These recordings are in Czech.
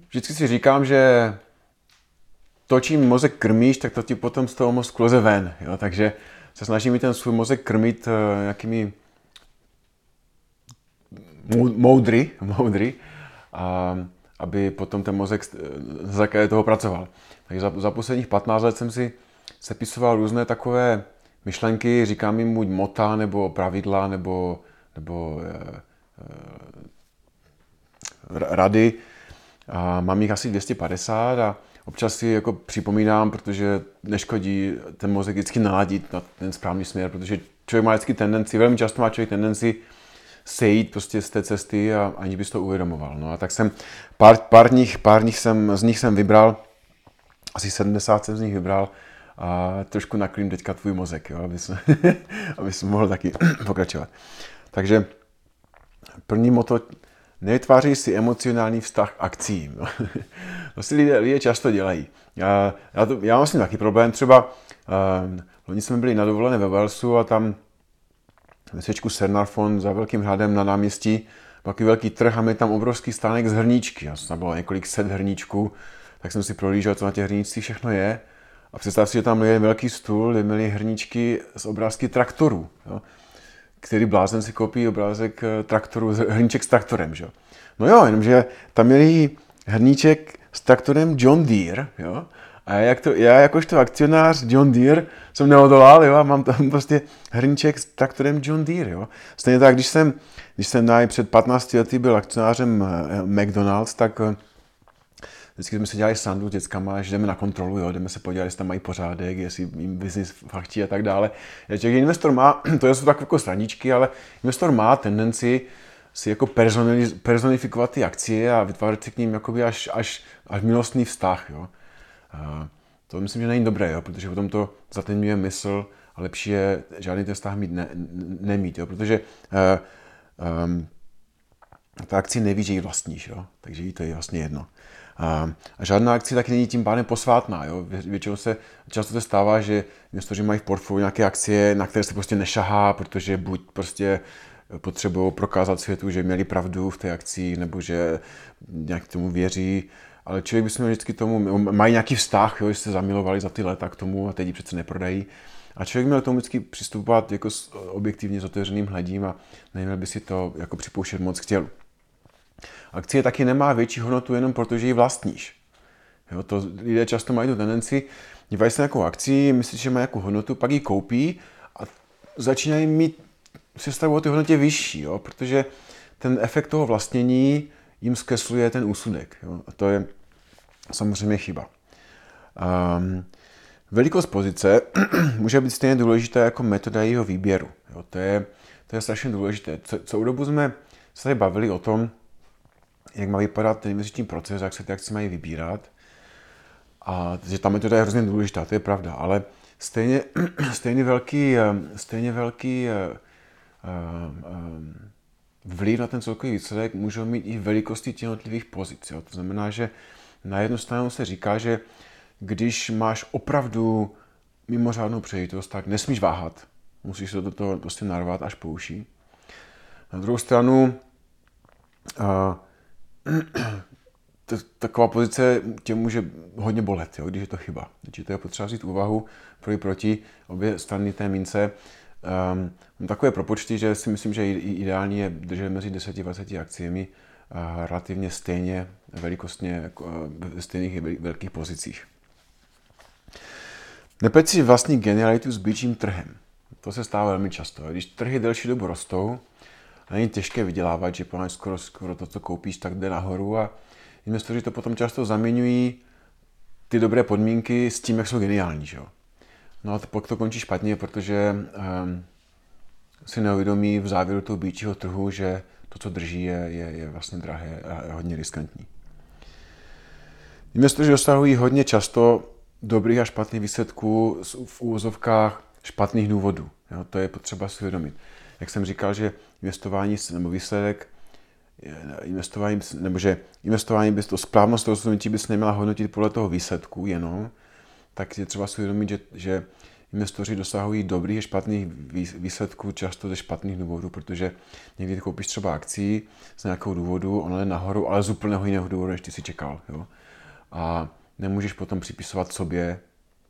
vždycky si říkám, že to, čím mozek krmíš, tak to ti potom z toho mozku leze ven. Jo? Takže se snažím ten svůj mozek krmit nějakými moudry, a aby potom ten mozek na základě toho pracoval. Takže za posledních 15 let jsem si sepisoval různé takové myšlenky, říkám jim buď mota, nebo pravidla, nebo rady. A mám jich asi 250 a občas si jako připomínám, protože neškodí ten mozek vždycky naladit na ten správný směr, protože člověk má vždycky tendenci, velmi často má člověk tendenci sejít prostě z té cesty a aniž bys to uvědomoval. No a tak jsem z nich jsem vybral, asi 70 jsem z nich vybral a trošku naklím teďka tvůj mozek, jo, aby jsem mohl taky pokračovat. Takže první motto: nevytváří si emocionální vztah k akcím. No. To si lidé často dělají. Já mám s tím taky problém. Třeba loni jsme byli na dovolené ve Walesu a tam ve městečku Caernarfon za velkým hradem na náměstí takový velký trh a měli tam obrovský stánek z hrníčky. Tam bylo několik set hrníčků, tak jsem si prohlížel, co na těch hrníčcích všechno je. A představ si, že tam je velký stůl, kde měli hrníčky z obrázky traktorů. Jo? Který blázen si koupí obrázek traktoru, hrníček s traktorem, že? No jo, jenomže tam měli hrníček s traktorem John Deere, jo? A já jakožto akcionář John Deere jsem neodolal, jo? A mám tam prostě hrníček s traktorem John Deere, jo? Stejně tak, když jsem před 15 lety byl akcionářem McDonald's, tak vždycky jsme se dělali srandu s dětskama, že jdeme na kontrolu, jo, jdeme se podívat, jestli tam mají pořádek, jestli jim biznis fachtí a tak dále. Investor má, to jsou takové jako srandičky, ale investor má tendenci si jako personifikovat ty akcie a vytvářet si k ním jakoby až milostný vztah. Jo. A to myslím, že není dobré, jo, protože potom to zatemňuje mysl a lepší je žádný ten vztah nemít, jo, protože ta akcie neví, že ji vlastníš, jo, takže jí to je vlastně jedno. A žádná akcie taky není tím pádem posvátná. Jo? Většinou často se stává, že investoři mají v portfoliu nějaké akcie, na které se prostě nešahá, protože buď prostě potřebují prokázat světu, že měli pravdu v té akci, nebo že nějak tomu věří. Ale člověk by se měl vždycky tomu, mají nějaký vztah, jo, že se zamilovali za ty léta k tomu a teď ji přece neprodají. A člověk měl k tomu vždycky přistupovat jako objektivně s otevřeným hledím a neměl by si to jako připouštět moc k tělu. Akcie taky nemá větší hodnotu jenom proto, že ji vlastníš. Jo, to lidé často mají tu tendenci, dívají se na nějakou akci, myslí, že má nějakou hodnotu, pak ji koupí a začínají mít představu o té hodnotě vyšší, jo, protože ten efekt toho vlastnění jim zkresluje ten úsudek. Jo, a to je samozřejmě chyba. Velikost pozice může být stejně důležitá jako metoda jejího výběru. Jo, to je strašně důležité. Celou dobu jsme se tady bavili o tom, jak má vypadat ten investiční proces, jak se ty akcie mají vybírat. A že ta metoda je hrozně důležitá, to je pravda, ale stejně velký vliv na ten celkový výsledek můžou mít i velikosti těch jednotlivých pozic. Jo. To znamená, že na jednu stranu se říká, že když máš opravdu mimořádnou příležitost, tak nesmíš váhat. Musíš se do toho prostě narvat až po uši. Na druhou stranu taková pozice tě může hodně bolet, jo, když je to chyba. Takže to je potřeba vzít úvahu pro i proti obě strany té mince. Mám takové propočty, že si myslím, že ideální je držet mezi 10-20 akciemi relativně stejně velikostně ve stejných velkých pozicích. Nepleť si vlastní genialitu s býčím trhem. To se stává velmi často. Když trhy delší dobu rostou, není těžké vydělávat, že skoro to, co koupíš, tak jde nahoru a investoři to potom často zaměňují ty dobré podmínky s tím, jak jsou geniální. Že jo? No a pak to končí špatně, protože si neuvědomí v závěru toho býčího trhu, že to, co drží, je vlastně drahé a hodně riskantní. Investoři dosahují hodně často dobrých a špatných výsledků v úvozovkách špatných důvodů. Jo? To je potřeba si uvědomit. Jak jsem říkal, že investování nebo výsledek investování bys to správnost rozhodnutí bys neměla hodnotit podle toho výsledku jenom, tak je třeba si uvědomit, že investoři dosahují dobrých a špatných výsledků často ze špatných důvodů, protože někdy koupíš třeba akcí z nějakého důvodu, ono je nahoru, ale z úplného jiného důvodu, než ty si čekal. Jo? A nemůžeš potom připisovat sobě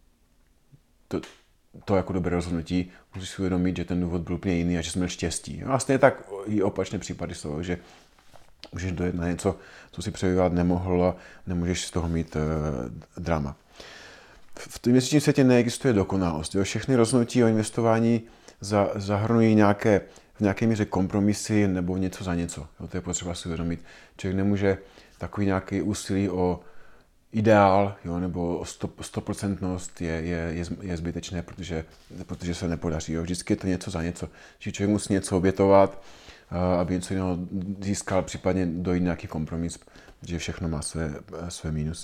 to jako dobré rozhodnutí, musíš si uvědomit, že ten důvod byl úplně jiný a že jsi měl štěstí. A vlastně tak i opačné případy jsou, že můžeš dojet na něco, co si předvídat nemohl a nemůžeš z toho mít drama. V tom investičním světě neexistuje dokonalost. Jo? Všechny rozhodnutí o investování zahrnují v nějaké míře kompromisy nebo něco za něco. Jo? To je potřeba si uvědomit. Člověk nemůže takový nějaký úsilí o ideál, jo, nebo o 100% je zbytečné, protože se nepodaří. Jo. Vždycky je to něco za něco. Že člověk musí něco obětovat, aby něco jiného získal, případně dojít nějaký kompromis, že všechno má své mínusy.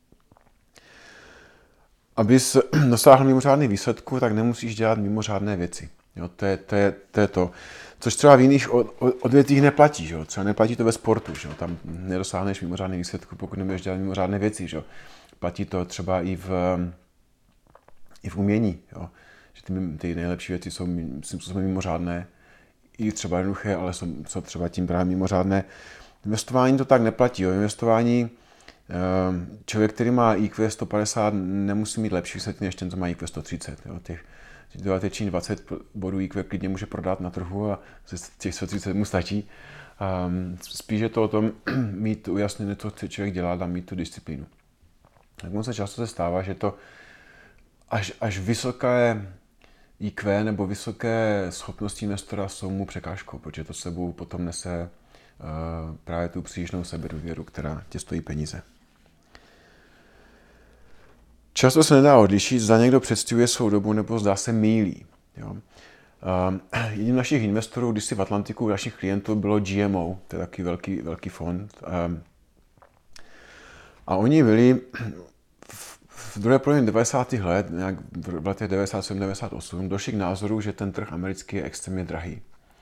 Abys dosáhl mimořádných výsledků, tak nemusíš dělat mimořádné věci. Jo, to je to. Což třeba v jiných odvětvích neplatí. Že? Třeba neplatí to ve sportu. Že? Tam nedosáhneš mimořádných výsledků, pokud nebudeš dělat mimořádné věci. Že? Platí to třeba i v umění. Jo? Že ty nejlepší věci jsou mimořádné. I třeba jednoduché, ale jsou třeba tím právě mimořádné. Investování to tak neplatí. Jo? Investování člověk, který má IQ 150, nemusí mít lepší výsledky než ten, co má IQ 130. Jo? Těch dodatečných 20 bodů IQ klidně může prodat na trhu a těch 130 mu stačí. Spíš je to o tom mít ujasněné, co chce člověk dělat a mít tu disciplínu. Tak moc se často stává, že to až vysoké IQ nebo vysoké schopnosti investora jsou mu překážkou, protože to sebou potom nese právě tu přílišnou sebedůvěru, která tě stojí peníze. Často se nedá odlišit, zda někdo představuje svou dobu nebo zdá se mýlí. Jo. Jedním našich investorů, když si v Atlantiku, našich klientů bylo GMO, to je taky velký fond. A oni byli v druhé polovině 90. let, nějak v letech 97-98, došli k názoru, že ten trh americký je extrémně drahý.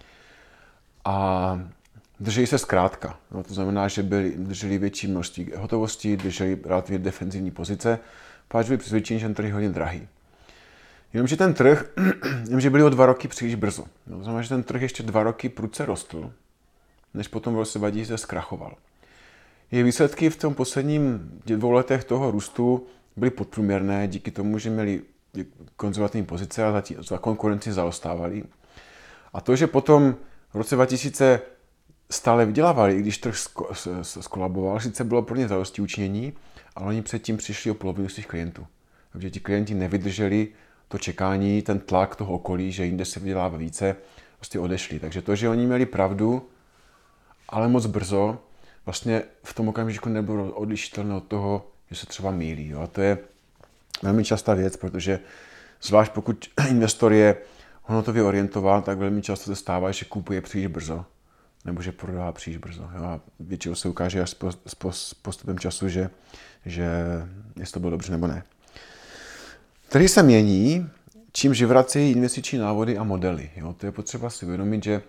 A drželi se zkrátka. No, to znamená, že drželi větší množství hotovosti, drželi relativně defenzivní pozice, páč byli přesvědčeni, že ten trh je hodně drahý. Jenomže ten trh, byli o 2 roky příliš brzo. No, to znamená, že ten trh ještě 2 roky prudce rostl, než potom v roce 2000 zkrachoval. Jejich výsledky v tom posledním 2 letech toho růstu byly podprůměrné díky tomu, že měli konzervativní pozice a za konkurenci zaostávali. A to, že potom v roce 2000 stále vydělávali, i když trh skolaboval, sice bylo pro ně zadosti učinění, ale oni předtím přišli o polovinu svých klientů. Takže ti klienti nevydrželi to čekání, ten tlak toho okolí, že jinde se vydělává více, prostě odešli. Takže to, že oni měli pravdu, ale moc brzo, vlastně v tom okamžiku nebylo odlišitelné od toho, že se třeba mýlí. Jo? A to je velmi častá věc, protože zvlášť pokud investor je hodnotově orientován, tak velmi často se stává, že kupuje příliš brzo, nebo že prodává příliš brzo. Jo? A většinou se ukáže až s postupem času, že jestli to bylo dobře nebo ne. Trhy se mění, čímž vyvracejí investiční návody a modely. Jo? To je potřeba si uvědomit, že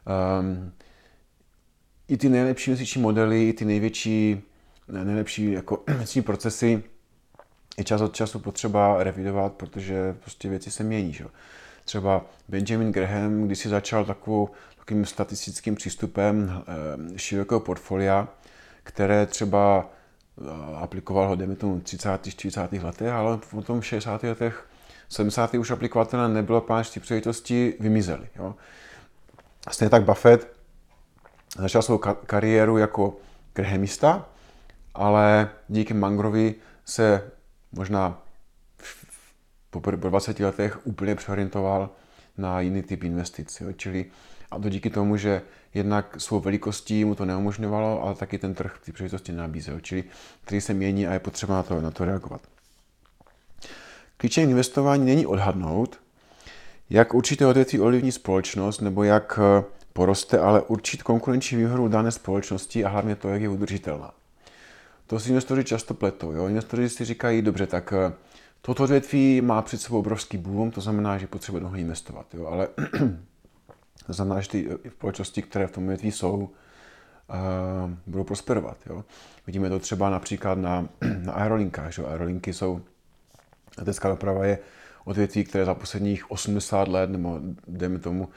i ty nejlepší investiční modely, i ty nejlepší jako investiční procesy je čas od času potřeba revidovat, protože prostě věci se mění. Že? Třeba Benjamin Graham, když si začal takovým statistickým přístupem širokého portfolia, které třeba aplikoval ho, dejme tomu, 30. 40. letech, ale potom v 60. letech, 70. už aplikovatelné nebylo, páč ty příležitosti vymizely. Jo? Stejně tak Buffett začal svou kariéru jako grahamista, ale díky Mungerovi se možná po 20 letech úplně přeorientoval na jiný typ investic. Jo? A to díky tomu, že jednak svou velikostí mu to neumožňovalo, ale taky ten trh ty příležitosti nenabízel. Čili který se mění a je potřeba na to reagovat. Klíčem investování není odhadnout, jak určité odvětví ovlivní společnost nebo jak poroste, ale určit konkurenční výhodu dané společnosti a hlavně to, jak je udržitelná. To si investoři často pletou. Jo? Investoři si říkají, dobře, tak toto odvětví má před sebou obrovský boom, to znamená, že potřebuje do něho investovat. Jo? Ale to znamená, že ty společnosti, které v tom odvětví jsou, budou prosperovat. Jo? Vidíme to třeba například na aerolinkách. Že? Aerolinky jsou, letecká doprava je odvětví, které za posledních 80 let, nebo dejme tomu,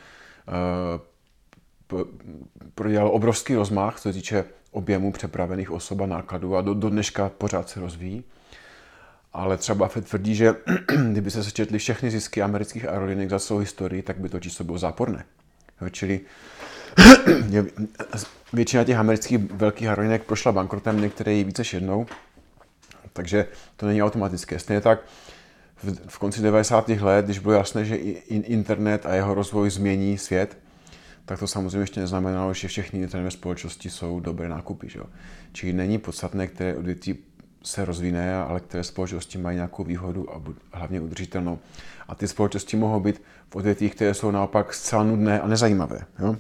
prodělalo obrovský rozmach, co se týče objemu přepravených osob a nákladů a do dneška pořád se rozvíjí. Ale třeba Buffett tvrdí, že kdyby se sečetly všechny zisky amerických aerolinek za celou historii, tak by to číslo bylo záporné. Čili většina těch amerických velkých aerolinek prošla bankrotem, některé i více než jednou, takže to není automatické. Stejně tak v konci 90. let, když bylo jasné, že internet a jeho rozvoj změní svět, tak to samozřejmě ještě neznamenalo, že všechny internetové společnosti jsou dobré nákupy. Že? Čili není podstatné, které odvětví se rozvíjí, ale které společnosti mají nějakou výhodu a hlavně udržitelnou. A ty společnosti mohou být v odvětvích, které jsou naopak zcela nudné a nezajímavé. Jo?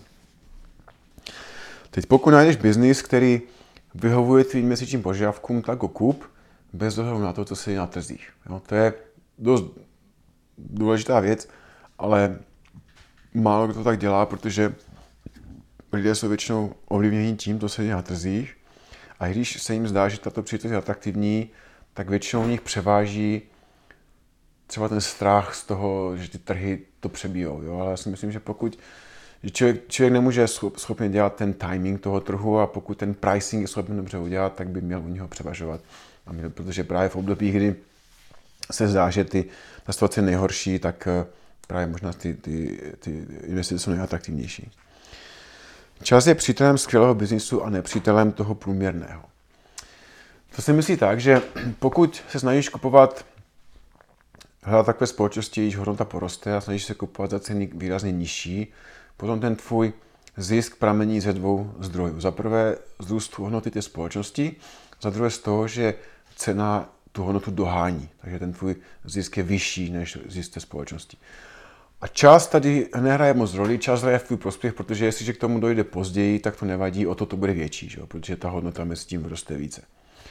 Teď pokud najdeš biznis, který vyhovuje tvým měsíčním požadavkům, tak ho kup bez ohledu na to, co se děje na trzích. Jo? To je dost důležitá věc, ale málo kdo to tak dělá, protože lidé jsou většinou ovlivněni tím, co se děje na trzích. A když se jim zdá, že tato příležitost je atraktivní, tak většinou u nich převáží třeba ten strach z toho, že ty trhy to přebijou. Jo? Ale já si myslím, že pokud člověk nemůže schopně dělat ten timing toho trhu a pokud ten pricing je schopný dobře udělat, tak by měl u něho převažovat. Protože právě v období, kdy se zdá, že ta situace je nejhorší, tak právě možná ty investice jsou nejatraktivnější. Čas je přítelem skvělého biznisu a nepřítelem toho průměrného. To se myslí tak, že pokud se snažíš hledat takové společnosti, jejíž hodnota poroste a snažíš se kupovat za ceny výrazně nižší, potom ten tvůj zisk pramení ze dvou zdrojů. Za prvé z růstu hodnoty té společnosti, za druhé z toho, že cena tu hodnotu dohání. Takže ten tvůj zisk je vyšší než zisk té společnosti. A čas tady nehraje moc roli, čas hraje v tvůj prospěch, protože jestliže k tomu dojde později, tak to nevadí, o to bude větší, že? Protože ta hodnota mezi tím roste více.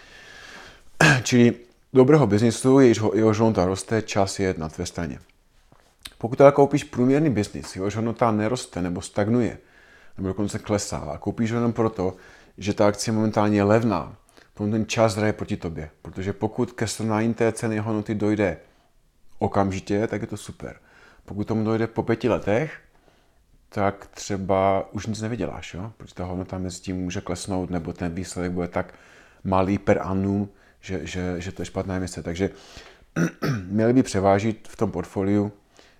Čili dobrého biznisu, jehož hodnota roste, čas je na tvé straně. Pokud ale koupíš průměrný biznis, jehož hodnota neroste nebo stagnuje, nebo dokonce klesá a koupíš ho jenom proto, že ta akcie momentálně je levná, potom ten čas hraje proti tobě. Protože pokud ke srovnání té ceny hodnoty dojde okamžitě, tak je to super. Pokud tomu dojde po 5 letech, tak třeba už nic nevyděláš, jo? Protože ta hodnota mezi tím může klesnout, nebo ten výsledek bude tak malý per annum, že to je špatná investice. Takže měly by převážit v tom portfoliu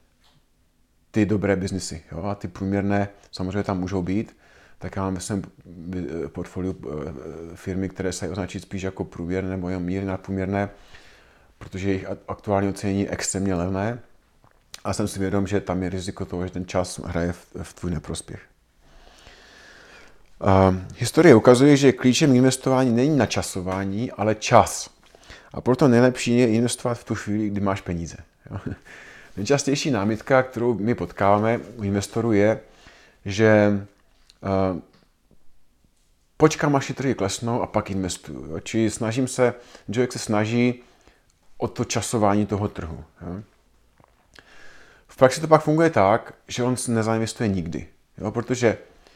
ty dobré biznisy. Jo? A ty průměrné samozřejmě tam můžou být. Tak já mám ve svém portfoliu firmy, které se označí spíš jako průměrné nebo jen mírně nadprůměrné, protože jejich aktuální ocenění je extrémně levné. A jsem si vědom, že tam je riziko toho, že ten čas hraje v tvůj neprospěch. Historie ukazuje, že klíčem investování není načasování, ale čas. A proto nejlepší je investovat v tu chvíli, kdy máš peníze. Nejčastější námitka, kterou my potkáváme u investorů, je, že počkám, až ty trhy klesnou a pak investuju. Čili člověk se snaží o to časování toho trhu. Jo? V praxi to pak funguje tak, že on nezainvestuje nikdy. Jo? Protože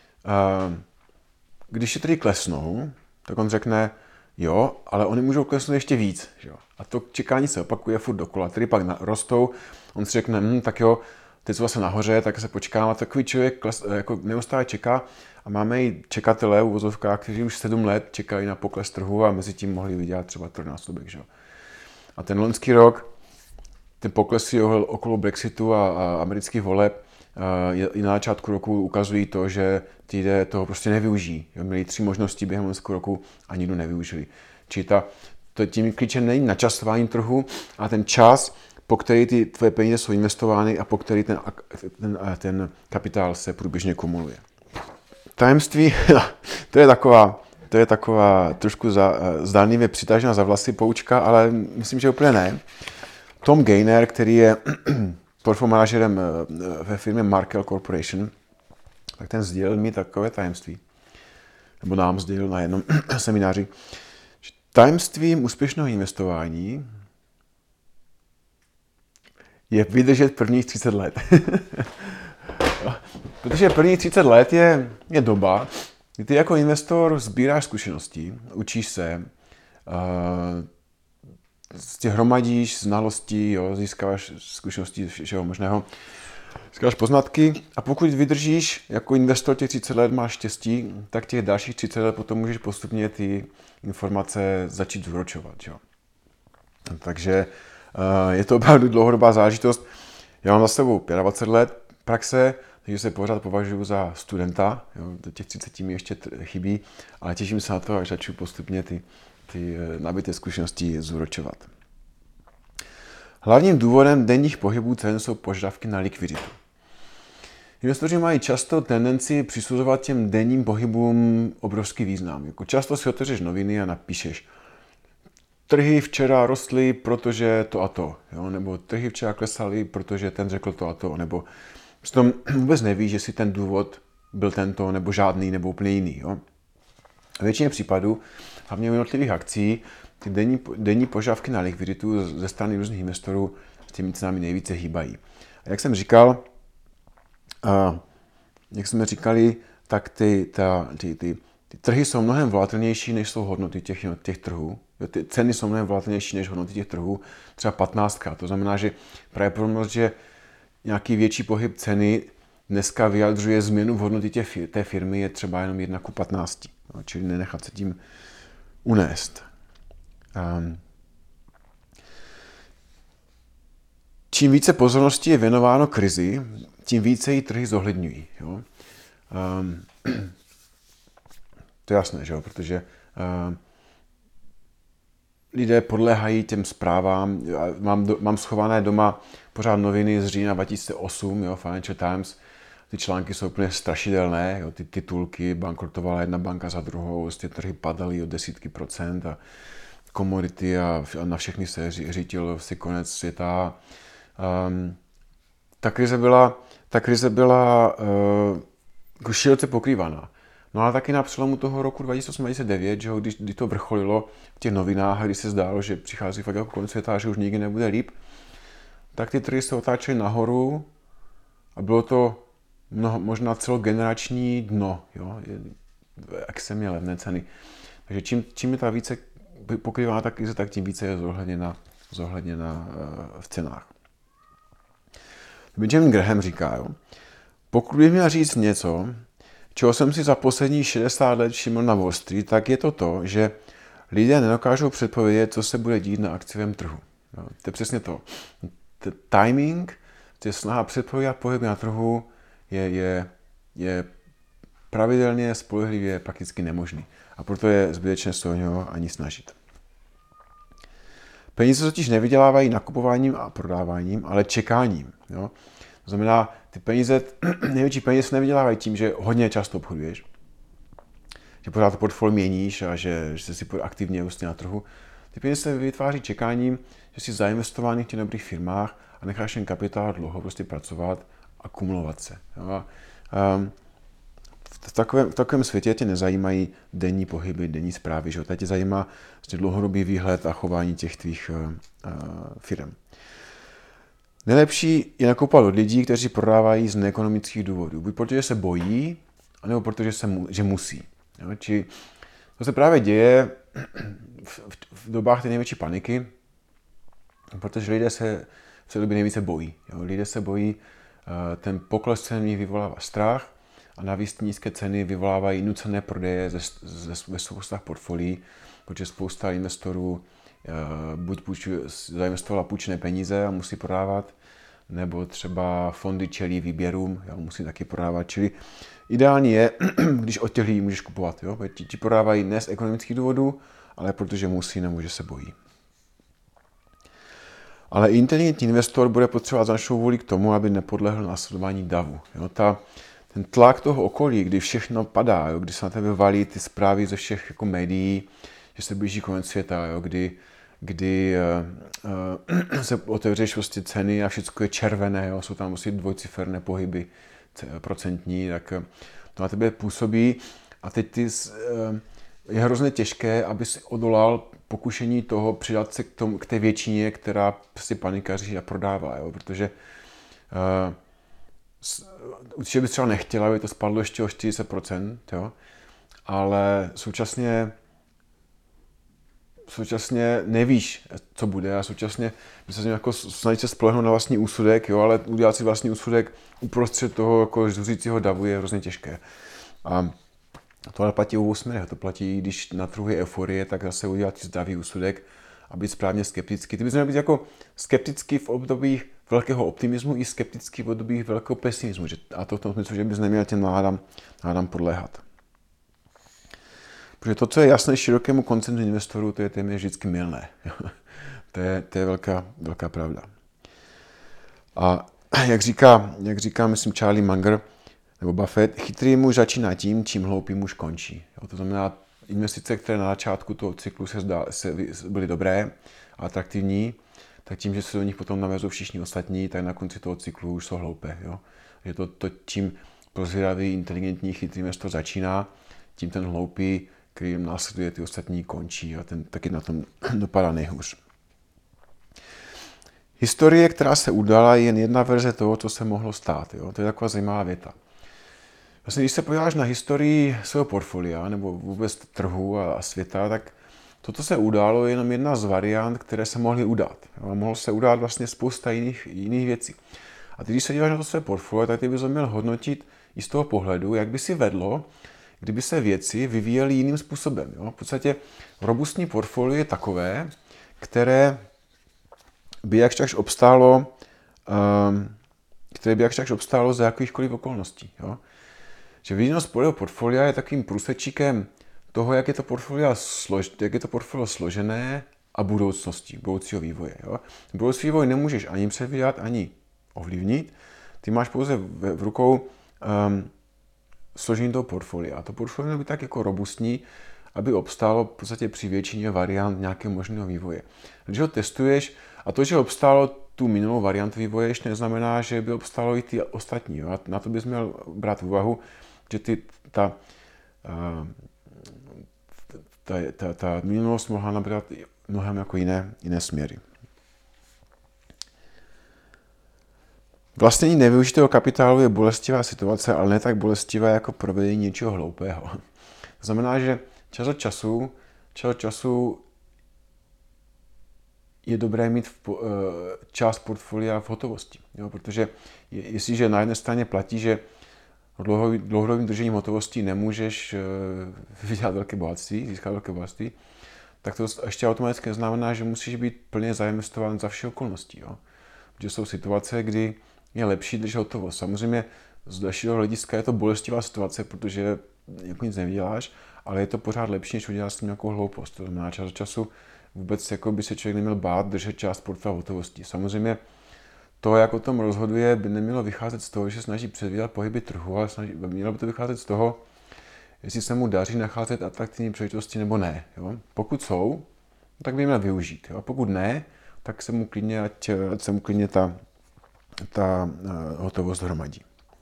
když se trhy klesnou, tak on řekne, jo, ale oni můžou klesnout ještě víc. Jo? A to čekání se opakuje furt dokola. Trhy pak rostou, on si řekne, tak jo, teď jsou zase nahoře, tak se počkám. A takový člověk jako neustále čeká a máme i čekatele u vozovkách, kteří už 7 let čekají na pokles trhu a mezi tím mohli vydělat třeba trojnásobek. Že? A ten loňský rok, ten pokles okolo Brexitu a amerických voleb i na začátku roku ukazují to, že ti lidé toho prostě nevyužijí. Měli 3 možnosti během loňského roku a nikdo nevyužili. Čili tím klíčem není načasování trhu, a ten čas, po který ty tvoje peníze jsou investovány a po který ten kapitál se průběžně kumuluje. Tajemství, to je taková trošku zdánlivě přitažená za vlasy poučka, ale myslím, že úplně ne. Tom Gaynor, který je portfolio manažerem ve firmě Markel Corporation, tak ten sdělil mi takové tajemství, nebo nám sdělil na jednom semináři, že tajemstvím úspěšného investování je vydržet prvních 30 let. Protože prvních 30 let je doba, kdy ty jako investor sbíráš zkušenosti, učíš se, hromadíš znalosti, jo, získáváš zkušenosti všeho možného, získáváš poznatky a pokud vydržíš jako investor těch 30 let, máš štěstí, tak těch dalších 30 let potom můžeš postupně ty informace začít zúročovat. Jo. Takže je to opravdu dlouhodobá záležitost. Já mám za sebou 25 let praxe, takže se pořád považuji za studenta, jo, do těch 30 mi ještě chybí, ale těším se na to, až začnu postupně ty nabité zkušenosti zúročovat. Hlavním důvodem denních pohybů cen jsou požadavky na likviditu. Investoři mají často tendenci přisuzovat těm denním pohybům obrovský význam. Jako často si otevřeš noviny a napíšeš, trhy včera rostly, protože to a to, jo? Nebo trhy včera klesaly, protože ten řekl to a to, nebo tom vůbec nevíš, že si ten důvod byl tento, nebo žádný, nebo úplně jiný. Jo? V většině případů, hlavně u jednotlivých akcí, ty denní požadavky na likviditu ze strany různých investorů s těmi cenami nejvíce hýbají. A jak jsem říkal, jak jsme říkali, tak ty trhy jsou mnohem volatilnější, než jsou hodnoty těch trhů. Ty ceny jsou mnohem volatilnější než hodnoty těch trhů, třeba 15. To znamená, že pravděpodobnost, že nějaký větší pohyb ceny dneska vyjadřuje změnu v hodnotě té firmy, je třeba jenom 1:15. No, čili nenechat se tím unést. Čím více pozornosti je věnováno krizi, tím více ji trhy zohledňují. Jo? To je jasné, že jo? Protože lidé podléhají těm zprávám. Mám schované doma pořád noviny z října 2008, jo? Financial Times. Ty články jsou úplně strašidelné, jo? Ty titulky, bankrotovala jedna banka za druhou, ty trhy padaly o desítky procent a komodity a na všechny se řítil si konec světa. Ta krize byla jako široce pokrývaná. No ale taky na přelomu toho roku 2008-2009, že kdy to vrcholilo v těch novinách, kdy se zdálo, že přichází fakt jako konec světa a že už nikdy nebude líp, tak ty trhy se otáčely nahoru a bylo to možná celogenerační dno, jo? Extrémně levné ceny. Takže čím je ta více pokrývá ta krize, tak tím více je zohledněna v cenách. Benjamin Graham říká, jo, pokud bych měl říct něco, čeho jsem si za posledních 60 let všiml na Wall Street, tak je to, že lidé nedokážou předpovědět, co se bude dít na akciovém trhu. Jo, to je přesně to. Ten timing, to je snaha předpovědět pohyb na trhu, je pravidelně, spolehlivě prakticky nemožný. A proto je zbytečné se o něho ani snažit. Peníze totiž nevydělávají nakupováním a prodáváním, ale čekáním. Jo? To znamená, ty největší peníze nevydělávají tím, že hodně často obchoduješ, že pořád to portfolio měníš a že jsi aktivně na trhu. Ty peníze se vytváří čekáním, že jsi zainvestovaný v těch dobrých firmách a necháš ten kapitál dlouho prostě pracovat a kumulovat se. Jo? V takovém světě tě nezajímají denní pohyby, denní zprávy, že? Tě zajímá dlouhodobý výhled a chování těch tvých firm. Nejlepší je nakupovat od lidí, kteří prodávají z neekonomických důvodů. Buď protože se bojí, anebo protože že musí. Jo? Či to se právě děje v dobách té největší paniky, protože lidé se v té době nejvíce bojí. Jo? Lidé se bojí, ten pokles cen vyvolává strach, a navíc nízké ceny vyvolávají nucené prodeje ve spoustách portfolií, protože spousta investorů buď zainvestovala půjčené peníze a musí prodávat, nebo třeba fondy čelí výběrům, musí taky prodávat. Čili ideální je, když od těch lidí můžeš kupovat. Jo? Ti prodávají ne z ekonomických důvodů, ale protože musí nebo že se bojí. Ale inteligentní investor bude potřebovat značnou vůli k tomu, aby nepodlehl následování davu. Jo? Ten tlak toho okolí, kdy všechno padá, jo, kdy se na tebe valí ty zprávy ze všech jako médií, že se blíží konec světa, jo, kdy se otevřeš prostě ceny a všechno je červené, jo, jsou tam prostě dvojciferné pohyby procentní, tak to na tebe působí a teď je hrozně těžké, aby si odolal pokušení toho přidat se k té většině, která prostě panikaří a prodává, jo, protože určitě bys třeba nechtěla, aby to spadlo ještě o 40%, jo? Ale současně současně nevíš, co bude a současně by se jako snažit se spolehnout na vlastní úsudek, jo, ale udělat si vlastní úsudek uprostřed toho jako žduřícího davu je hrozně těžké. A to ale platí obou směrech. To platí, když na trhu je euforie, tak zase udělat si zdravý úsudek a být správně skeptický. Ty bys měl být jako skeptický v obdobích velkého optimismu i skeptický v obdobích velkého pesimismu. A to v tom smyslu, že bys neměl těm náladám podléhat. Protože to, co je jasné širokému koncenzu investorů, to je téměř vždycky mylné. To je velká pravda. A jak říká, myslím, Charlie Munger, nebo Buffett, chytrý muž začíná tím, čím hloupý muž končí. Jo, to znamená, investice, které na začátku toho cyklu byly dobré a atraktivní, tak tím, že se do nich potom navezou všichni ostatní, tak na konci toho cyklu už jsou hloupé. Jo. Je to čím prozíravý, inteligentní, chytrý investor začíná, tím ten hloupý, který následuje ty ostatní, končí a ten taky na tom dopadá nejhůř. Historie, která se udala, je jen jedna verze toho, co se mohlo stát. Jo. To je taková zajímavá věta. Vlastně, když se podíváš na historii svého portfolia nebo vůbec trhu a světa, tak toto se událo je jenom jedna z variant, které se mohly udát. A mohlo se udát vlastně spousta jiných věcí. A ty, když se díváš na to své portfolio, tak ty bys ho měl hodnotit i z toho pohledu, jak by si vedlo, kdyby se věci vyvíjely jiným způsobem. Jo? V podstatě robustní portfolio je takové, které by jakž takž obstálo za jakýchkoliv okolností. Jo? Že viditelnost portfolia je takovým průsečíkem toho, jak je to portfolio složené a budoucího vývoje. Jo? Budoucí vývoj nemůžeš ani předvídat, ani ovlivnit. Ty máš pouze v rukou složení toho portfolia. A to portfolio mělo být tak jako robustní, aby obstálo v podstatě při většině variant nějakého možného vývoje. Když ho testuješ, a to, že obstálo tu minulou variantu vývoje, ještě neznamená, že by obstálo i ty ostatní. Jo? A na to bys měl brát v úvahu, že ta minulost mohla nabrat mnohem jako jiné směry. Vlastnění nevyužitého kapitálu je bolestivá situace, ale ne tak bolestivá jako provedení něčeho hloupého. To znamená, že čas od času je dobré mít část portfolia v hotovosti. Jo? Protože jestliže na jedné straně platí, že dlouhodobým držením hotovosti nemůžeš vydělat získat velké bohatství, tak to ještě automaticky neznamená, že musíš být plně zainvestován za všech okolností. Jo? Protože jsou situace, kdy je lepší držet hotovost. Samozřejmě z dalšího hlediska je to bolestivá situace, protože jako nic nevyděláš, ale je to pořád lepší, než udělat s tím nějakou hloupost. To znamená, čas od času vůbec jako by se člověk neměl bát držet část portfolia hotovosti. Samozřejmě to, jak o tom rozhoduje, by nemělo vycházet z toho, že snaží předvídat pohyby trhu, ale mělo by to vycházet z toho, jestli se mu daří nacházet atraktivní příležitosti nebo ne. Jo? Pokud jsou, tak by je měl využít. Jo? Pokud ne, tak se mu klidně ta hotovost hromadí.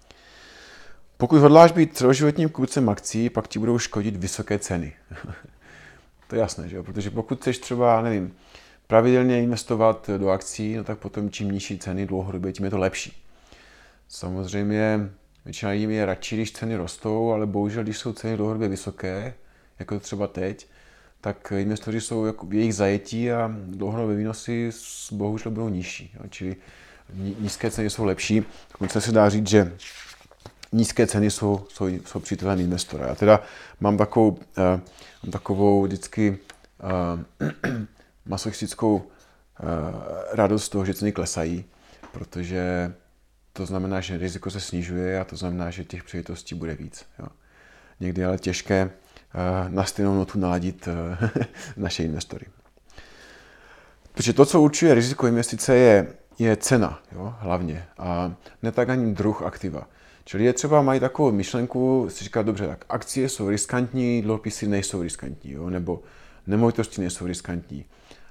Pokud hodláš být celoživotním kupcem akcí, pak ti budou škodit vysoké ceny. To je jasné, že jo? Protože pokud chceš třeba, pravidelně investovat do akcí, no tak potom čím nižší ceny dlouhodobě, tím je to lepší. Samozřejmě většina lidí je radši, když ceny rostou, ale bohužel, když jsou ceny dlouhodobě vysoké, jako třeba teď, tak investoři jsou jako v jejich zajetí a dlouhodobé výnosy bohužel budou nižší. Jo? Čili nízké ceny jsou lepší. Dokonce se dá říct, že nízké ceny jsou přítelem investora. Já teda mám takovou vždycky masochistickou radost z toho, že ceny klesají, protože to znamená, že riziko se snižuje a to znamená, že těch příležitostí bude víc. Jo. Někdy je ale těžké na stejnou notu naladit naše investory. Protože to, co určuje riziko investice, je cena, jo, hlavně, a ne tak ani druh aktiva. Čili je třeba mají takovou myšlenku, si říkat, dobře, tak akcie jsou riskantní, dluhopisy nejsou riskantní, jo, nebo nemovitosti nejsou riskantní,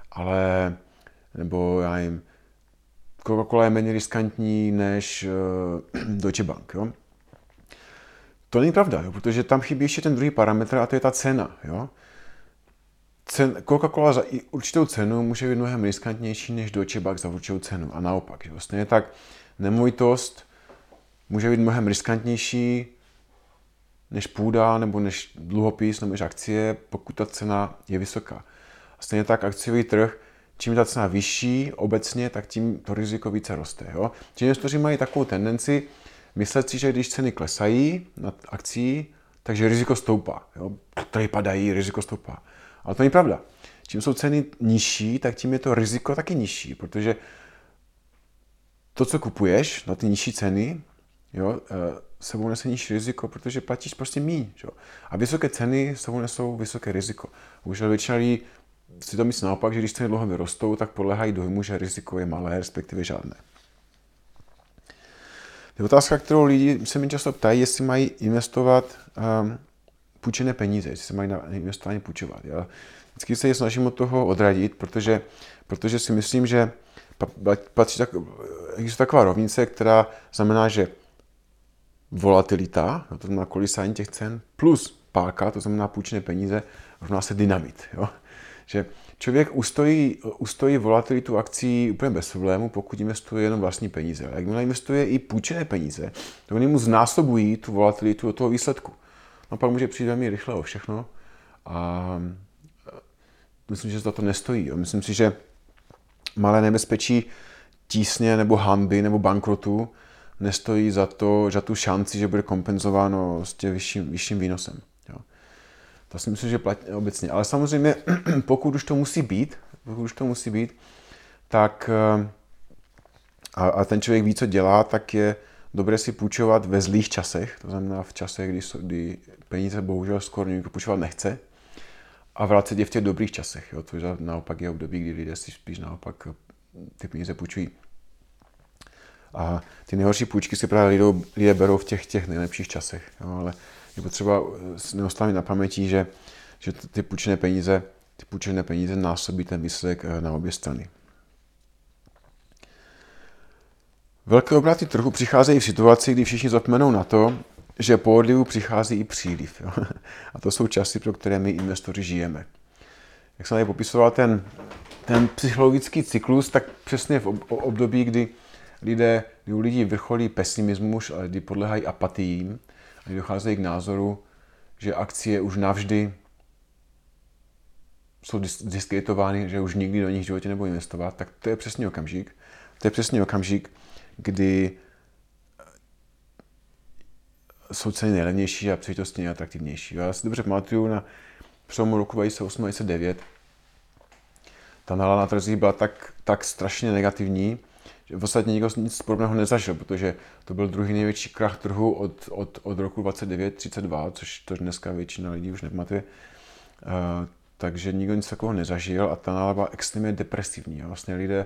nebo já nevím, Coca-Cola je méně riskantní než Deutsche Bank. Jo. To není pravda, jo, protože tam chybí ještě ten druhý parametr a to je ta cena. Jo. Coca-Cola za určitou cenu může být mnohem riskantnější než Deutsche Bank za určitou cenu a naopak. Jo. Stejně tak nemovitost může být mnohem riskantnější než půda, nebo než dluhopis, nebo než akcie, pokud ta cena je vysoká. Stejně tak akciový trh, čím je ta cena vyšší obecně, tak tím to riziko více roste. Jo? Ti investoři mají takovou tendenci myslet si, že když ceny klesají nad akcí, takže riziko stoupá. Jo? Trhy padají, riziko stoupá. Ale to není pravda. Čím jsou ceny nižší, tak tím je to riziko taky nižší, protože to, co kupuješ na ty nižší ceny, jo, sebou nese nižší riziko, protože platíš prostě míň. Jo. A vysoké ceny sebou nesou vysoké riziko. Už většina lidí si to myslí naopak, že když ceny dlouho vyrostou, tak podléhají dojmu, že riziko je malé, respektive žádné. Je otázka, kterou lidi se mi často ptají, jestli mají investovat půjčené peníze, jestli se mají na investování půjčovat. Já vždycky se je snažím od toho odradit, protože si myslím, že existuje taková rovnice, která znamená, že volatilita, to znamená kolísání těch cen, plus páka, to znamená půjčené peníze, rovná se dynamit. Jo? Že člověk ustojí volatilitu akcí úplně bez problému, pokud investuje jenom vlastní peníze. Ale jakmile investuje i půjčené peníze, to oni mu znásobují tu volatilitu do toho výsledku. No pak může přijít velmi rychle o všechno a myslím, že za to nestojí. Jo? Myslím si, že malé nebezpečí tísně nebo hanby nebo bankrotu nestojí za tu šanci, že bude kompenzováno s tím vyšším výnosem. Jo. To si myslím, že platí obecně. Ale samozřejmě, pokud už to musí být, tak a ten člověk ví, co dělá, tak je dobré si půjčovat ve zlých časech, to znamená v časech, kdy peníze bohužel skoro nikdo půjčovat nechce, a vracet je v těch dobrých časech. Jo. To naopak je období, kdy lidé si spíš naopak ty peníze půjčují. A ty nejhorší půjčky si právě lidé berou v těch nejlepších časech. Jo, ale je potřeba neustále na paměti, že ty půjčené peníze násobí ten výsledek na obě strany. Velké obraty trhu přicházejí v situaci, kdy všichni zapomenou na to, že po odlivu přichází i příliv. Jo. A to jsou časy, pro které my investoři žijeme. Jak jsem tady popisoval ten psychologický cyklus, tak přesně v období, kdy u lidí vrcholí pesimismus, ale kdy podléhají apatiím a kdy docházejí k názoru, že akcie už navždy jsou diskreditovány, že už nikdy do nich v životě nebudou investovat, tak to je přesně okamžik. To je přesně okamžik, kdy jsou ceny nejlevnější a příležitosti nejatraktivnější. Já si dobře pamatuju na přelomu roku 2008-2009. Ta nálada na trzích byla tak strašně negativní, že v podstatě nikdo nic podobného nezažil, protože to byl druhý největší krach trhu od roku 29-32, což to dneska většina lidí už nepamatuje. Takže nikdo nic takového nezažil a ta nálada byla extrémně depresivní. Vlastně lidé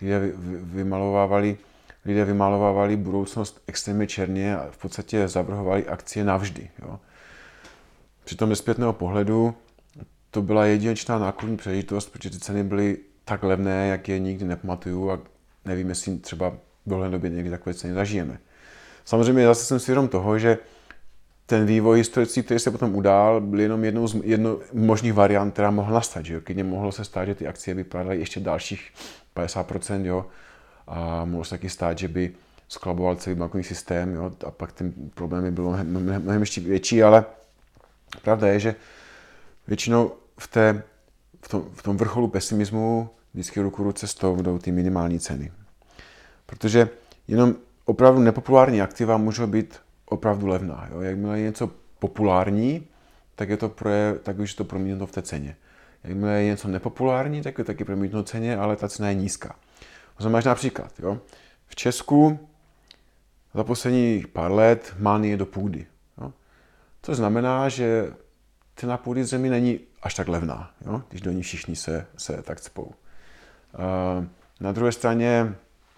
vymalovávali budoucnost extrémně černě a v podstatě zavrhovali akcie navždy. Jo. Přitom ze zpětného pohledu to byla jedinečná nákupní příležitost, protože ty ceny byly tak levné, jak je nikdy nepamatuju a nevím, jestli třeba v dohledné době někdy takové ceny zažijeme. Samozřejmě zase jsem si vědom toho, že ten vývoj historický, který se potom udál, byl jenom jednou z možných variant, která mohla nastat. Že jo? Klidně mohlo se stát, že ty akcie by padaly ještě dalších 50%, jo? A mohlo se taky stát, že by sklaboval celý bankovní systém, jo? A pak ten problém by byl mnohem ještě větší, ale pravda je, že většinou v tom vrcholu pesimismu vždycky ruku ruce s tou jdou ty minimální ceny. Protože jenom opravdu nepopulární aktiva můžou být opravdu levná. Jo? Jakmile je něco populární, tak už je to promítnuto v té ceně. Jakmile je něco nepopulární, tak je taky promítnuto v ceně, ale ta cena je nízká. To znamená například, jo? V Česku za posledních pár let mánie do půdy. Jo? To znamená, že cena půdy zemi není až tak levná, jo? Když do ní všichni se tak cpou. Na druhé straně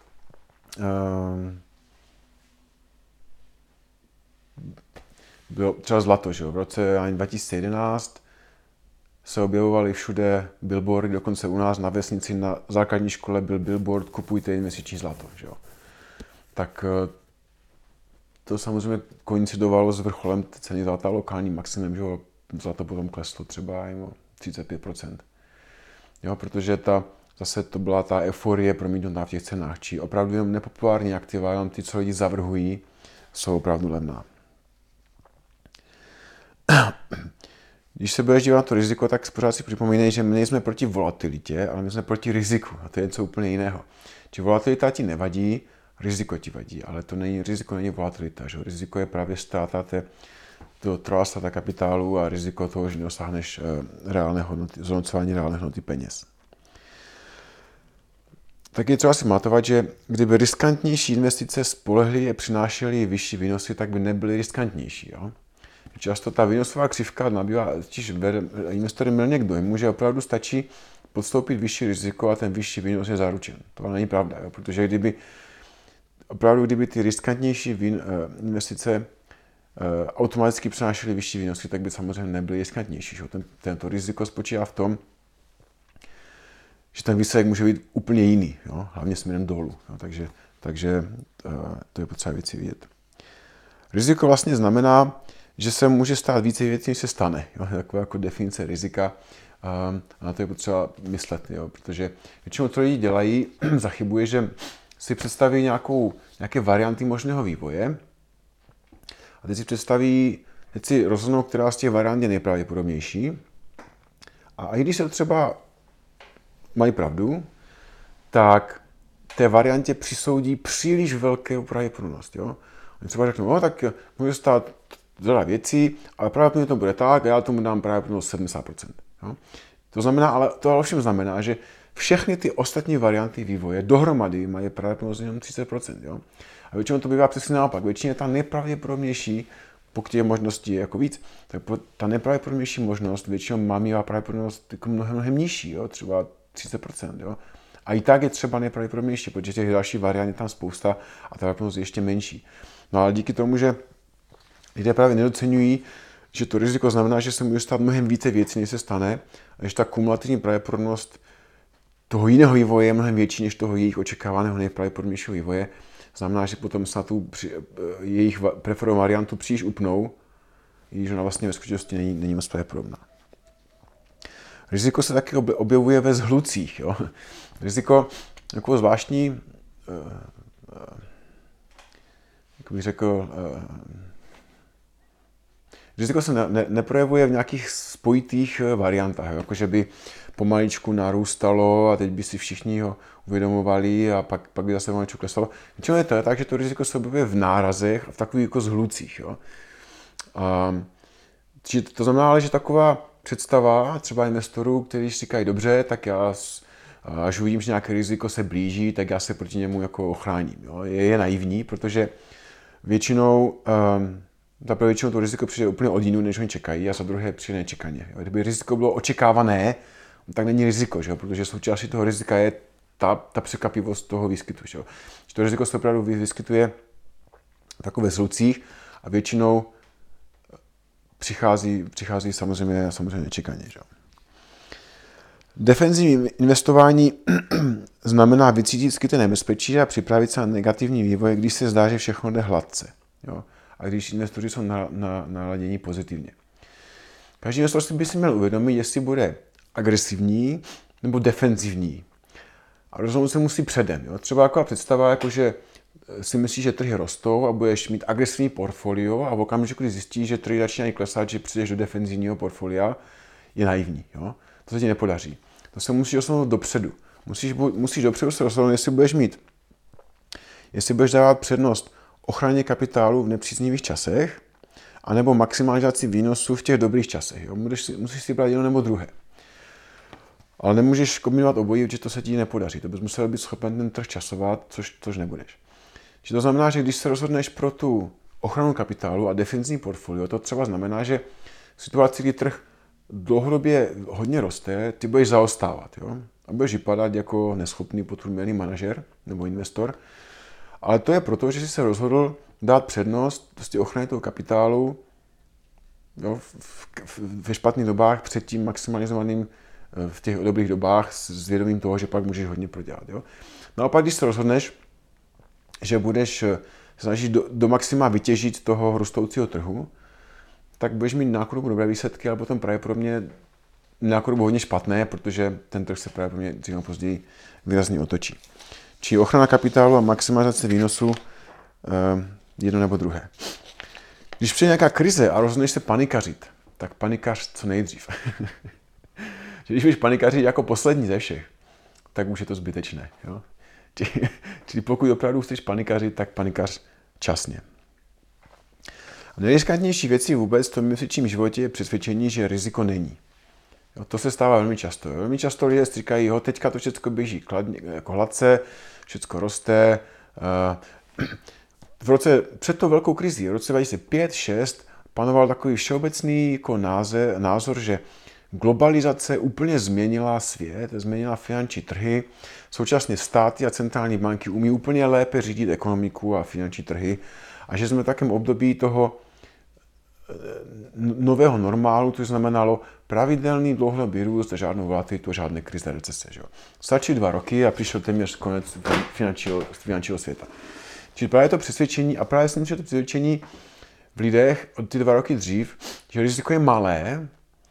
bylo třeba zlato, že jo? V roce 2011 se objevovaly všude billboardy, dokonce u nás na vesnici na základní škole byl billboard kupujte investiční zlato, že jo? Tak to samozřejmě koincidovalo s vrcholem ceny zlata lokálním maximem, že jo? Zlato potom kleslo třeba o 35%. Jo, protože zase to byla ta euforie promítnutá v těch cenách. Či opravdu jenom nepopulární aktiva, jenom ty, co lidi zavrhují, jsou opravdu levná. Když se budeš dívat na to riziko, tak pořád si připomínej, že my nejsme proti volatilitě, ale my jsme proti riziku. A to je něco úplně jiného. Či volatilita ti nevadí, riziko ti vadí, ale to není, riziko není volatilita. Že? Riziko je právě ztráta trvalá ztráta kapitálu a riziko toho, že nedosáhneš reálné hodnoty, zhodnocování reálné hodnoty peněz. Tak je třeba si pamatovat, že kdyby riskantnější investice spolehlivě přinášely vyšší výnosy, tak by nebyly riskantnější. Jo? Často ta výnosová křivka nabývá, investory mylně k dojmu, že opravdu stačí podstoupit vyšší riziko a ten vyšší výnos je zaručen. To ale není pravda, jo? Protože kdyby ty riskantnější investice automaticky přinášely vyšší výnosy, tak by samozřejmě nebyly riskantnější. Tento riziko spočívá v tom, že ten výsledek může být úplně jiný, jo? Hlavně směrem dolů. Jo? Takže to je potřeba věci vidět. Riziko vlastně znamená, že se může stát více věcí, než se stane. Jo? Taková jako definice rizika a na to je potřeba myslet, jo? Protože většinou to lidi dělají, zachybuje, že si představí nějaké varianty možného vývoje a teď si rozhodnou, která z těch variant je nejpravděpodobnější. A i když se třeba mají pravdu, tak té variantě přisoudí příliš velkou pravděpodobnost. Jo? Oni třeba řeknou, no tak může stát řada věcí, ale pravděpodobně to bude tak a já tomu dám pravděpodobnost 70%. Jo? To znamená, ale to ovšem znamená, že všechny ty ostatní varianty vývoje dohromady mají pravděpodobnost jenom 30%. Jo? A většinou to bývá přesně naopak. Většině ta nejpravděpodobnější, pokud je možností jako víc, tak ta nejpravděpodobnější možnost většinou mívá pravděpodobnost jako mnohem nižší, jo? Třeba 30%. Jo? A i tak je třeba nejpravděpodobnější, protože těch dalších variant je tam spousta a ta pravděpodobnost je ještě menší. No ale díky tomu, že lidé právě nedoceňují, že to riziko znamená, že se může stát mnohem více věcí, než se stane, a že ta kumulativní pravděpodobnost toho jiného vývoje je mnohem větší, než toho jejich očekávaného nejpravděpodobnějšího vývoje, znamená, že potom se na tu jejich preferovanou variantu příliš upnou, i když ona vlastně ve skutečnosti není moc pravděpodobná. Riziko se taky objevuje ve zhlucích. Jo? Riziko jako zvláštní, jak bych řekl, riziko se neprojevuje v nějakých spojitých variantách, jo? Jako že by pomaličku narůstalo a teď by si všichni ho uvědomovali a pak by zase pomaličku klesalo. Většinou je to tak, že to riziko se objevuje v nárazech a v takových jako zhlucích. Jo? To znamená, že taková představa třeba investorů, kteří říkají, dobře, tak já až uvidím, že nějaké riziko se blíží, tak já se proti němu jako ochráním. Jo? Je naivní, protože většinou to riziko přijde úplně od jinů, než oni čekají, a za druhé přijde nečekaně. Jo? Kdyby riziko bylo očekávané, tak není riziko, že? Protože součástí toho rizika je ta překvapivost toho výskytu. Že? To riziko se opravdu vyskytuje takové zhlucích a většinou přichází samozřejmě nečekaně. Že? Defenzivní investování znamená vycítit skryté nebezpečí a připravit se na negativní vývoj, když se zdá, že všechno jde hladce. Jo? A když investoři jsou naladěni pozitivně. Každý investor by si měl uvědomit, jestli bude agresivní nebo defenzivní. A rozhodnout se musí předem. Jo? Třeba taková představa, jako že si myslíš, že trhy rostou a budeš mít agresivní portfolio a v okamžiku, kdy zjistíš, že trhy začínají klesat, že přijdeš do defenzivního portfolia, je naivní. Jo? To se ti nepodaří. To se musíš rozhodnout dopředu. Musíš dopředu se rozhodnout, jestli budeš dávat přednost ochraně kapitálu v nepříznivých časech anebo maximalizaci výnosů v těch dobrých časech. Jo? Musíš si brát jedno nebo druhé. Ale nemůžeš kombinovat obojí, protože to se ti nepodaří. To bys musel být schopen ten trh časovat, což nebudeš. To znamená, že když se rozhodneš pro tu ochranu kapitálu a defenzivní portfolio, to třeba znamená, že v situaci, kdy trh dlouhodobě hodně roste, ty budeš zaostávat. Jo? A budeš vypadat jako neschopný podprůměrný manažer nebo investor. Ale to je proto, že jsi se rozhodl dát přednost ochraně toho kapitálu, jo, ve špatných dobách před tím maximalizovaným v těch dobrých dobách s vědomím toho, že pak můžeš hodně prodělat. Jo? Naopak, když se rozhodneš, že budeš snažit do maxima vytěžit toho rostoucího trhu, tak budeš mít nějakou dobu dobré výsledky, ale potom pravděpodobně nějakou dobu hodně špatné, protože ten trh se pravděpodobně dřív nebo později výrazně otočí. Či ochrana kapitálu a maximalizace výnosu jedno nebo druhé. Když přijde nějaká krize a rozhodneš se panikařit, tak panikař co nejdřív. Že když budeš panikařit jako poslední ze všech, tak už je to zbytečné. Jo? Čili pokud opravdu chceš panikařit, tak panikař časně. A nejriskantnější věcí vůbec v tom měsíčním životě je přesvědčení, že riziko není. Jo, to se stává velmi často. Jo. Velmi často lidé si říkají, jo, teďka to všechno běží jako hladce, všechno roste. Před tou velkou krizí, v roce 2005-2006, panoval takový všeobecný jako názor, že globalizace úplně změnila svět, změnila finanční trhy. Současně státy a centrální banky umí úplně lépe řídit ekonomiku a finanční trhy. A že jsme v takovém období toho nového normálu, to znamenalo pravidelný dlouhodobý růst, žádnou volatilitu, žádné krize, recese. Že? Stačí 2 roky a přišel téměř konec finančního světa. Čili právě to přesvědčení, a právě jsem to přesvědčení v lidech od ty 2 roky dřív, že riziko je malé,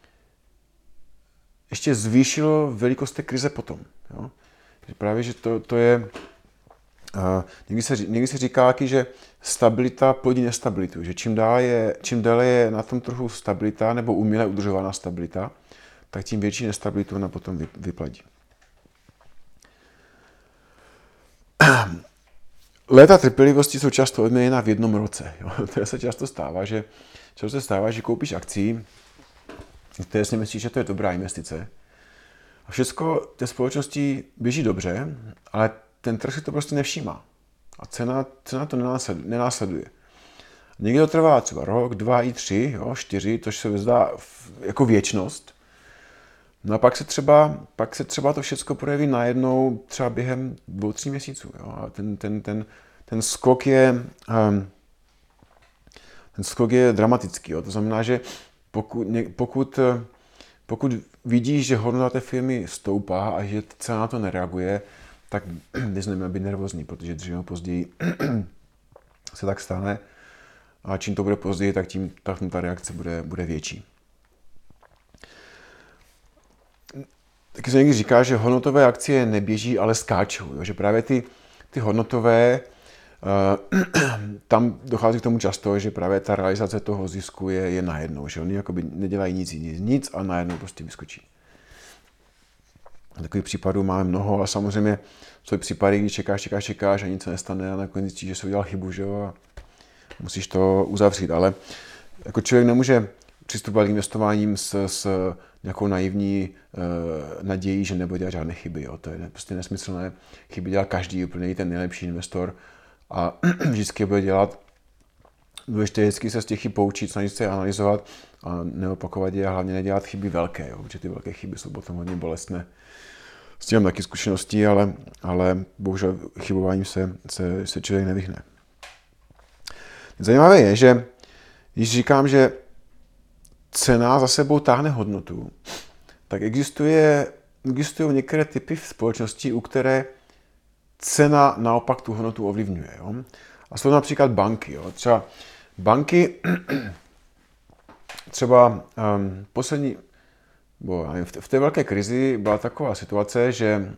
ještě zvýšilo velikost té krize potom. Jo? Že právě, že to je... Někdy se říká, že stabilita plodí nestabilitu, že čím déle je na tom trhu stabilita nebo uměle udržovaná stabilita, tak tím větší nestabilitu ona potom vyplodí. Léta trpělivosti jsou často odměněna v jednom roce. Jo? To se často stává, že koupíš akcí, které si myslíš, že to je dobrá investice. A všechno té společnosti běží dobře, ale ten trh si to prostě nevšímá. A cena to nenásleduje. Někdy to trvá třeba rok, 2 i 3, 4, to se zdá jako věčnost. No a pak se třeba to všechno projeví najednou třeba během 2-3 měsíců. Jo? A ten skok je dramatický. Jo? To znamená, že pokud vidíš, že hodnota té firmy stoupá a že cena na to nereaguje, tak bys neměl být nervózní, protože dříve nebo později se tak stane. A čím to bude později, tak tím ta reakce bude větší. Taky se někdy říká, že hodnotové akcie neběží, ale skáčou. Jo? Že právě ty hodnotové, tam dochází k tomu často, že právě ta realizace toho zisku je najednou. Že oni jakoby nedělají nic a najednou prostě vyskočí. Takových případů máme mnoho, ale samozřejmě jsou případy, kdy čekáš a nic se nestane a nakonec zjistíš, že jsi udělal chybu, že jo, a musíš to uzavřít. Ale jako člověk nemůže přistupovat k investováním s nějakou naivní nadějí, že nebude dělat žádné chyby. Jo. To je prostě nesmyslné. Chyby dělá každý, úplně ten nejlepší investor a vždycky bude dělat. Důležité vždycky se z těch chyb poučit, snažit se analyzovat a neopakovat je a hlavně nedělat chyby velké, jo, protože ty velké chyby jsou potom hodně bolestné. S tím mám taky zkušenosti, ale bohužel chybováním se člověk nevyhne. Zajímavé je, že když říkám, že cena za sebou táhne hodnotu, tak existují některé typy společností, u které cena naopak tu hodnotu ovlivňuje. Jo? A jsou například banky. Jo? Třeba banky, v té velké krizi byla taková situace, že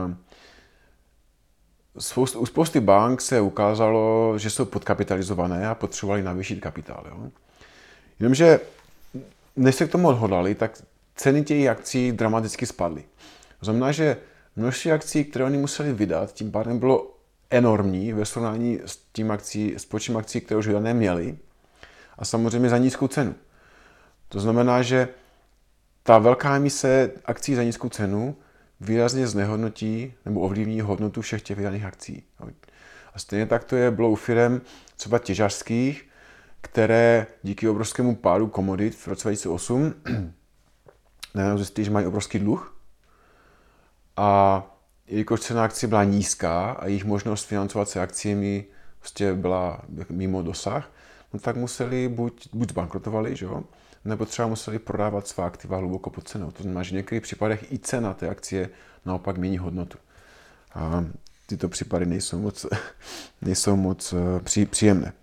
u spousty bank se ukázalo, že jsou podkapitalizované a potřebovali navýšit kapitál. Jo? Jenomže než se k tomu odhodlali, tak ceny těch akcí dramaticky spadly. To znamená, že množství akcí, které oni museli vydat, tím pádem bylo enormní ve srovnání s počtem akcí, které už vydané měli a samozřejmě za nízkou cenu. To znamená, že ta velká emise akcí za nízkou cenu výrazně znehodnotí nebo ovlivní hodnotu všech těch vydaných akcí. A stejně tak to bylo u firem třeba těžařských, které díky obrovskému pádu komodit v roce 2008 najednou zjistili, že mají obrovský dluh. A jelikož cena akcí byla nízká a jejich možnost financovat se akciemi prostě byla mimo dosah, no tak museli buď zbankrotovali, že jo, nebo třeba museli prodávat svá aktiva hluboko pod cenou. To znamená, že v některých případech i cena té akcie naopak mění hodnotu. A tyto případy nejsou moc příjemné.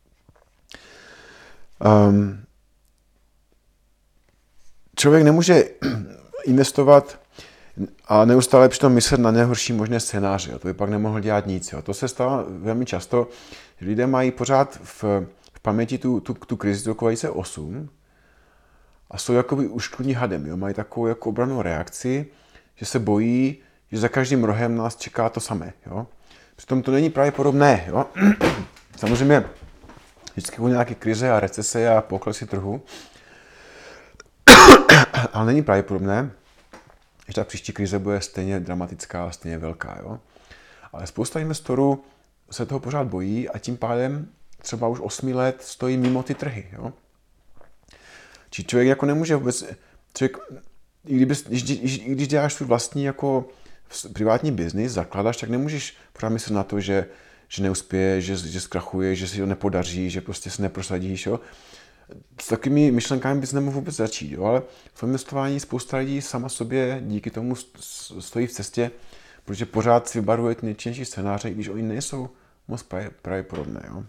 Člověk nemůže investovat a neustále přitom myslet na nejhorší možné scénáře. Jo. To by pak nemohl dělat nic. Jo. To se stává velmi často, že lidé mají pořád v paměti tu krizi z roku 2008 a jsou jakoby ušklní hadem, jo? Mají takovou jako obrannou reakci, že se bojí, že za každým rohem nás čeká to samé. Jo? Přitom to není pravděpodobné. Jo? Samozřejmě vždycky budou nějaké krize a recese a poklesy trhu, ale není pravděpodobné, že ta příští krize bude stejně dramatická a stejně velká. Jo? Ale spousta investorů se toho pořád bojí a tím pádem třeba už 8 let stojí mimo ty trhy. Jo? Či člověk jako nemůže vůbec, i když děláš svůj vlastní jako privátní biznis, zakládáš, tak nemůžeš pořád myslet na to, že neuspěješ, že zkrachuješ, že si to nepodaří, že prostě se neprosadíš. Jo? S takovými myšlenkami bys nemohl vůbec začít. Jo? Ale v investování spousta lidí sama sobě díky tomu stojí v cestě, protože pořád si vybarvuje ty nejčastější scénáře, i když oni nejsou moc pravděpodobné. Jo?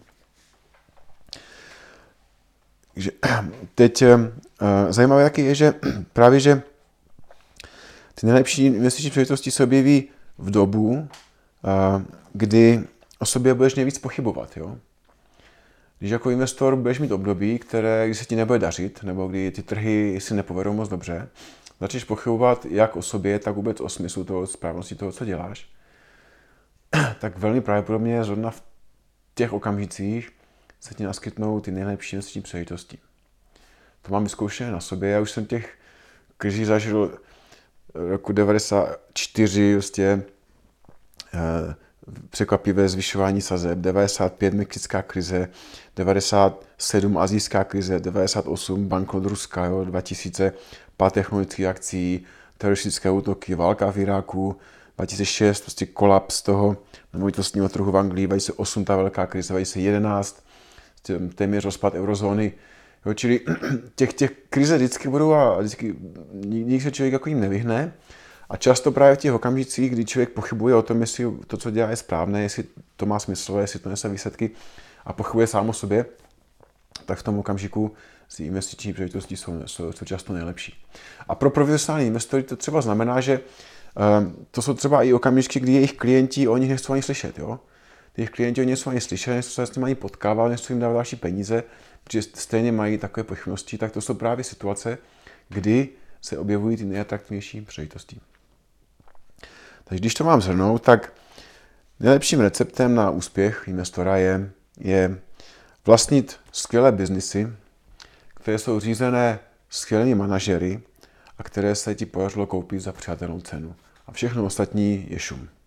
Takže teď zajímavé taky je, že právě, že ty nejlepší investiční příležitosti se objeví v dobu, kdy o sobě budeš nejvíc pochybovat. Jo? Když jako investor budeš mít období, kdy se ti nebude dařit, nebo kdy ty trhy si nepovedou moc dobře, začneš pochybovat jak o sobě, tak vůbec o smyslu toho, správnosti toho, co děláš, tak velmi pravděpodobně zrovna v těch okamžicích se ti naskytnou ty nejlepší investiční příležitosti. To mám vyzkoušené na sobě. Já už jsem těch krizí zažil roku 94, vlastně překvapivé zvyšování sazeb, 95 mexická krize, 97 asijská krize, 98 bankrot Ruska, jo, 2000 pád technologických akcí, teroristické útoky, válka v Iráku, 2006 prostě kolaps toho nemovitostního trhu v Anglii, 2008 ta velká krize, 2011 téměř rozpad eurozóny. Jo, čili těch krize vždycky budou a vždycky nikdy se člověk jako jim nevyhne. A často právě v těch okamžicích, kdy člověk pochybuje o tom, jestli to, co dělá, je správné, jestli to má smysl, jestli to nese výsledky a pochybuje sám o sobě, tak v tom okamžiku si investiční příležitosti jsou často nejlepší. A pro profesionální investory to třeba znamená, že to jsou třeba i okamžiky, kdy jejich klienti o nich nechcou ani slyšet. Jo? Jejich klienti o nich nechcou ani slyšet, nechcou se s nimi ani potkávat, nechcou jim dávat další peníze, protože stejně mají takové pochybnosti, tak to jsou právě situace, kdy se objevují ty nejatraktivnější příležitosti. Takže když to mám shrnout, tak nejlepším receptem na úspěch investora je vlastnit skvělé biznisy, které jsou řízené skvělými manažery a které se ti podařilo koupit za přijatelnou cenu. A všechno ostatní je šum.